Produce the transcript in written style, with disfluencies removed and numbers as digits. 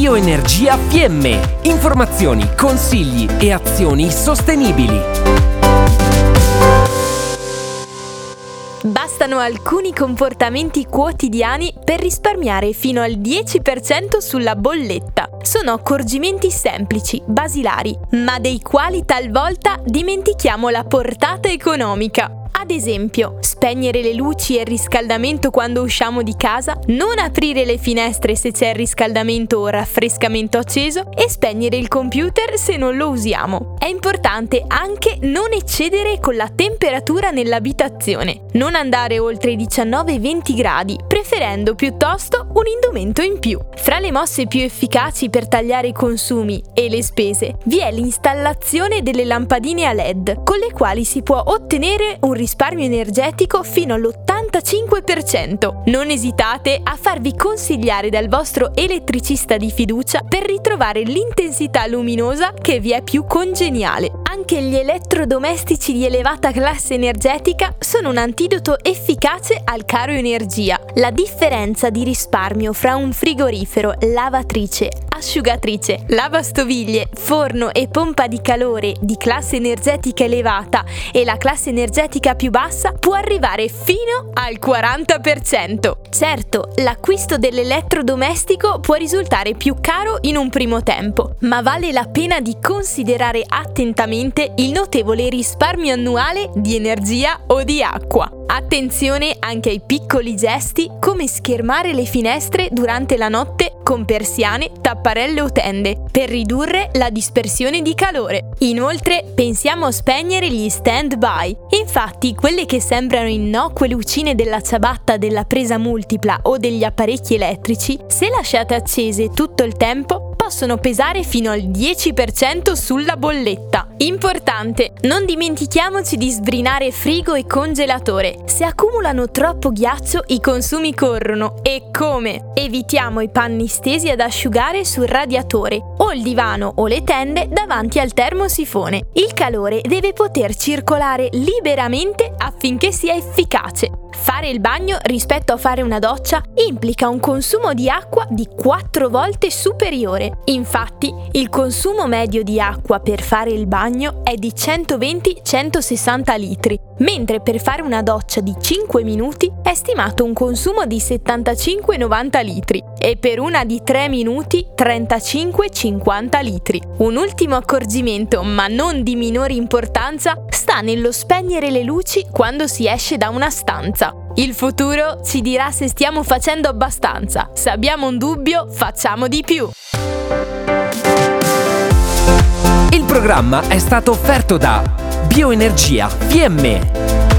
Bioenergia FM. Informazioni, consigli e azioni sostenibili. Bastano alcuni comportamenti quotidiani per risparmiare fino al 10% sulla bolletta. Sono accorgimenti semplici, basilari, ma dei quali talvolta dimentichiamo la portata economica. Ad esempio, spegnere le luci e il riscaldamento quando usciamo di casa, non aprire le finestre se c'è il riscaldamento o raffrescamento acceso e spegnere il computer se non lo usiamo. È importante anche non eccedere con la temperatura nell'abitazione, non andare oltre i 19-20 gradi, preferendo piuttosto un indumento in più. Fra le mosse più efficaci per tagliare i consumi e le spese vi è l'installazione delle lampadine a LED, con le quali si può ottenere un risparmio energetico fino all'85%. Non esitate a farvi consigliare dal vostro elettricista di fiducia per ritrovare l'intensità luminosa che vi è più congeniale. Anche gli elettrodomestici di elevata classe energetica sono un antidoto efficace al caro energia. La differenza di risparmio fra un frigorifero, lavatrice, asciugatrice, lavastoviglie, forno e pompa di calore di classe energetica elevata e la classe energetica più bassa può arrivare fino al 40%. Certo, l'acquisto dell'elettrodomestico può risultare più caro in un primo tempo, ma vale la pena di considerare attentamente il notevole risparmio annuale di energia o di acqua. Attenzione anche ai piccoli gesti come schermare le finestre durante la notte con persiane, tapparelle o tende per ridurre la dispersione di calore. Inoltre pensiamo a spegnere gli stand-by. Infatti quelle che sembrano innocue lucine della ciabatta della presa multipla o degli apparecchi elettrici, se lasciate accese tutto il tempo, possono pesare fino al 10% sulla bolletta. Importante, non dimentichiamoci di sbrinare frigo e congelatore. Se accumulano troppo ghiaccio, i consumi corrono. E come? Evitiamo i panni stesi ad asciugare sul radiatore o il divano o le tende davanti al termosifone. Il calore deve poter circolare liberamente affinché sia efficace. Fare il bagno rispetto a fare una doccia implica un consumo di acqua di 4 volte superiore. Infatti, il consumo medio di acqua per fare il bagno è di 120-160 litri, mentre per fare una doccia di 5 minuti è stimato un consumo di 75-90 litri e per una di 3 minuti 35-50 litri. Un ultimo accorgimento, ma non di minore importanza, sta nello spegnere le luci quando si esce da una stanza. Il futuro ci dirà se stiamo facendo abbastanza. Se abbiamo un dubbio, facciamo di più. Il programma è stato offerto da Bioenergia FM.